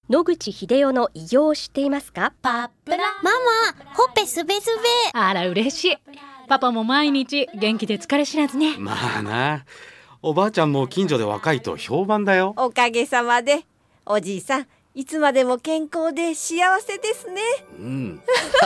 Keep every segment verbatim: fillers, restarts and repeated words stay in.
野口英世の偉業を知っていますか？ パップラママ、ほっぺすべすべ。 あら嬉しい。パパも毎日元気で疲れ知らずね。 まあな、おばあちゃんも近所で若いと評判だよ。 おかげさまで。おじいさん、いつまでも健康で幸せですね。 うん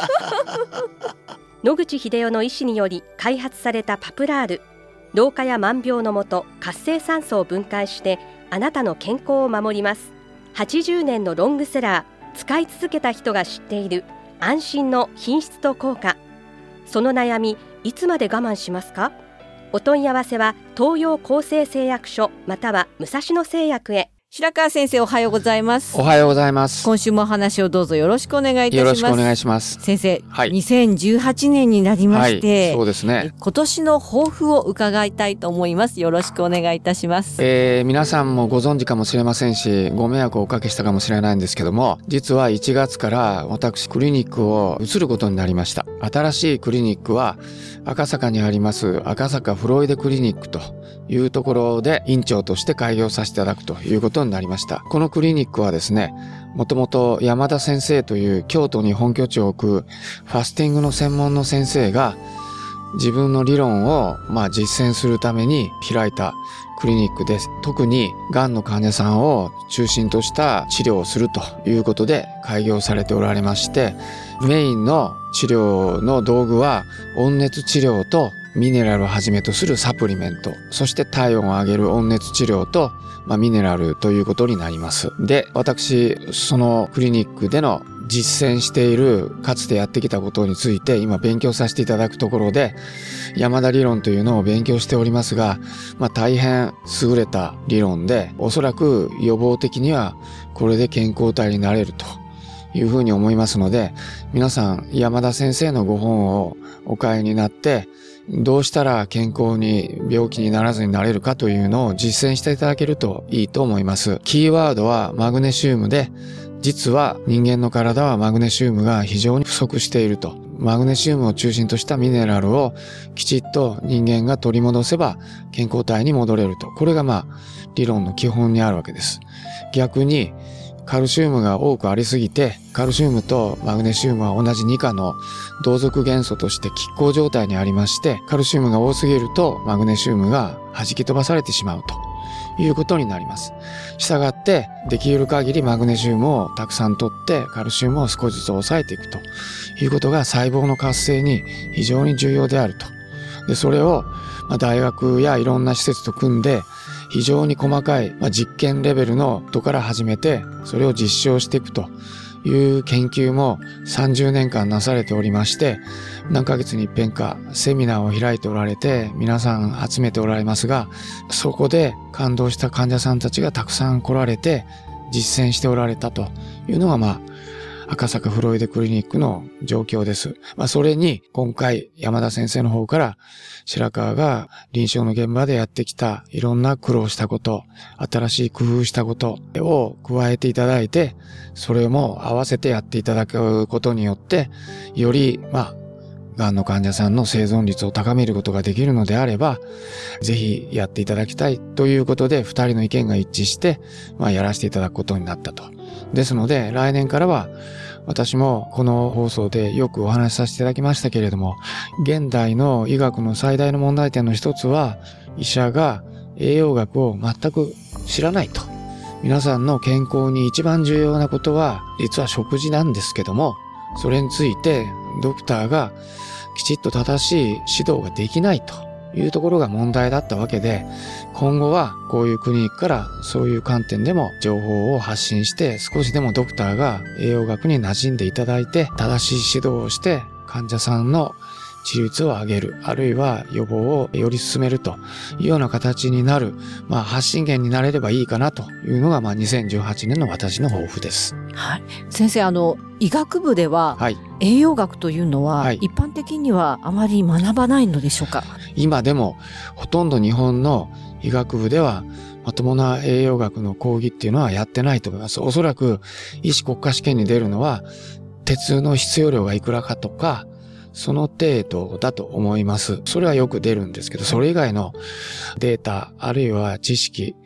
野口英世の医師により開発されたパプラール、老化や万病のもと活性酸素を分解してあなたの健康を守ります。はちじゅうねんのロングセラー、使い続けた人が知っている安心の品質と効果。その悩み、いつまで我慢しますか？お問い合わせは東洋厚生製薬所または武蔵野製薬へ。 白川先生、おはようございます。 おはようございます。 今週もお話をどうぞよろしくお願いいたします。 よろしくお願いします。 先生、 はい、 にせんじゅうはちねんになりまして、 はい、そうですね。 今年の抱負を伺いたいと思います。よろしくお願いいたします。 えー、皆さんもご存知かもしれませんし、ご迷惑をおかけしたかもしれないんですけども、実はいちがつから私クリニックを移ることになりました。新しいクリニックは赤坂にあります赤坂フロイデクリニックというところで院長として開業させていただくということになりました。このクリニックはですね、もともと山田先生という京都に本拠地を置くファスティングの専門の先生が自分の理論をまあ実践するために開いたクリニックです。特にがんの患者さんを中心とした治療をするということで開業されておられまして、メインの治療の道具は温熱治療とミネラルをはじめとするサプリメント、そして体温を上げる温熱治療と、まあ、ミネラルということになります。で、私そのクリニックでの実践しているかつてやってきたことについて今勉強させていただくところで、山田理論というのを勉強しておりますが、まあ、大変優れた理論で、おそらく予防的にはこれで健康体になれるというふうに思いますので、皆さん山田先生のご本をお買いになって、どうしたら健康に病気にならずになれるかというのを実践していただけるといいと思います。キーワードはマグネシウムで、実は人間の体はマグネシウムが非常に不足していると。マグネシウムを中心としたミネラルをきちっと人間が取り戻せば健康体に戻れると。これがまあ理論の基本にあるわけです。逆にカルシウムが多くありすぎて、カルシウムとマグネシウムは同じに価の同族元素として拮抗状態にありまして、カルシウムが多すぎるとマグネシウムが弾き飛ばされてしまうということになります。したがってできる限りマグネシウムをたくさん取ってカルシウムを少しずつ抑えていくということが細胞の活性に非常に重要であると。で、それをまあ大学やいろんな施設と組んで非常に細かい、まあ、実験レベルのことから始めて、それを実証していくという研究もさんじゅうねんかんなされておりまして、何ヶ月に一遍かセミナーを開いておられて皆さん集めておられますが、そこで感動した患者さんたちがたくさん来られて実践しておられたというのがまあ赤坂フロイデクリニックの状況です。まあ、それに今回山田先生の方から白川が臨床の現場でやってきたいろんな苦労したこと、新しい工夫したことを加えていただいて、それも合わせてやっていただくことによって、よりまあがんの患者さんの生存率を高めることができるのであれば、ぜひやっていただきたいということで二人の意見が一致して、まあ、やらせていただくことになったと。ですので来年からは私もこの放送でよくお話しさせていただきましたけれども、現代の医学の最大の問題点の一つは、医者が栄養学を全く知らないと。皆さんの健康に一番重要なことは実は食事なんですけども、それについてドクターがきちっと正しい指導ができないというところが問題だったわけで、今後はこういうクリニックからそういう観点でも情報を発信して、少しでもドクターが栄養学に馴染んでいただいて、正しい指導をして患者さんの治癒率を上げる、あるいは予防をより進めるというような形になる、まあ、発信源になれればいいかなというのが、まあ、にせんじゅうはちねんの私の抱負です。 はい、先生、あの医学部では、はい、栄養学というのは、はい、一般的にはあまり学ばないのでしょうか？ 今でもほとんど日本の医学部ではまともな栄養学の講義っていうのはやってないと思います。おそらく医師国家試験に出るのは鉄の必要量がいくらかとか、その程度だと思います。それはよく出るんですけど、それ以外のデータあるいは知識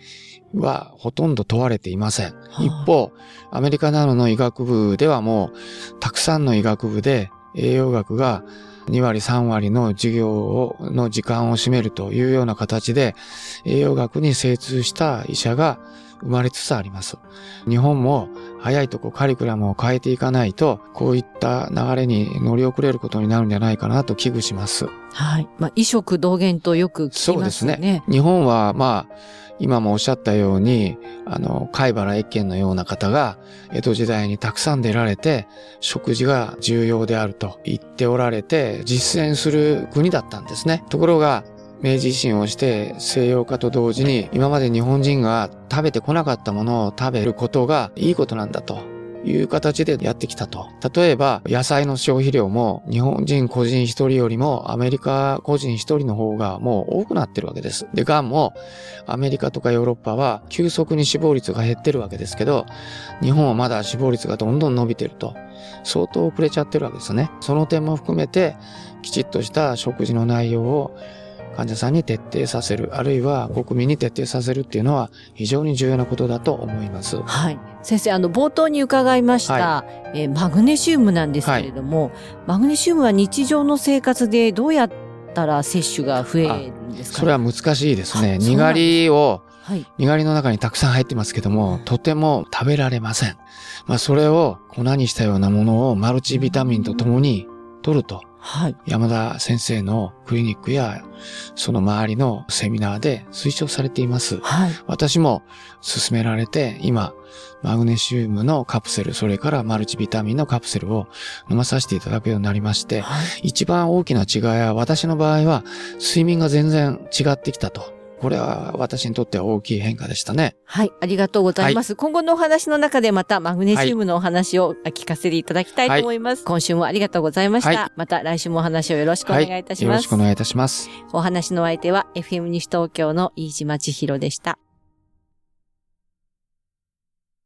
はほとんど問われていません。一方、アメリカなどの医学部ではもうたくさんの医学部で栄養学がにわりさんわりの授業をの時間を占めるというような形で栄養学に精通した医者が生まれつつあります。日本も早いとこカリキュラムを変えていかないとこういった流れに乗り遅れることになるんじゃないかなと危惧します。 はい。まあ、医食同源とよく聞きますね。そうですね。 日本はまあ今もおっしゃったように、あの、貝原益賢のような方が、江戸時代にたくさん出られて、食事が重要であると言っておられて、実践する国だったんですね。ところが、明治維新をして西洋化と同時に、今まで日本人が食べてこなかったものを食べることがいいことなんだという形でやってきたと。例えば、野菜の消費量も日本人個人一人よりもアメリカ個人一人の方がもう多くなってるわけです。で、がんもアメリカとかヨーロッパは急速に死亡率が減ってるわけですけど、日本はまだ死亡率がどんどん伸びてると。相当遅れちゃってるわけですね。その点も含めて、きちっとした食事の内容を患者さんに徹底させる、あるいは国民に徹底させるっていうのは非常に重要なことだと思います。 はい。先生、あの、冒頭に伺いました、はい、えー、マグネシウムなんですけれども、はい、マグネシウムは日常の生活でどうやったら摂取が増えるんですか？ それは難しいですね。にがりを、はい、にがりの中にたくさん入ってますけども、とても食べられません。まあ、それを粉にしたようなものをマルチビタミンとともに取ると。はい、山田先生のクリニックやその周りのセミナーで推奨されています。はい、私も勧められて今マグネシウムのカプセル、それからマルチビタミンのカプセルを飲まさせていただくようになりまして、はい、一番大きな違いは私の場合は睡眠が全然違ってきたと。これは私にとっては大きい変化でしたね。 はい、ありがとうございます。はい、今後のお話の中でまたマグネシウムのお話を聞かせていただきたいと思います。はい、今週もありがとうございました。はい、また来週もお話をよろしくお願いいたします。はい、 よろしくお願いいたします。 お話の相手は エフエム 西東京の飯島千尋でした。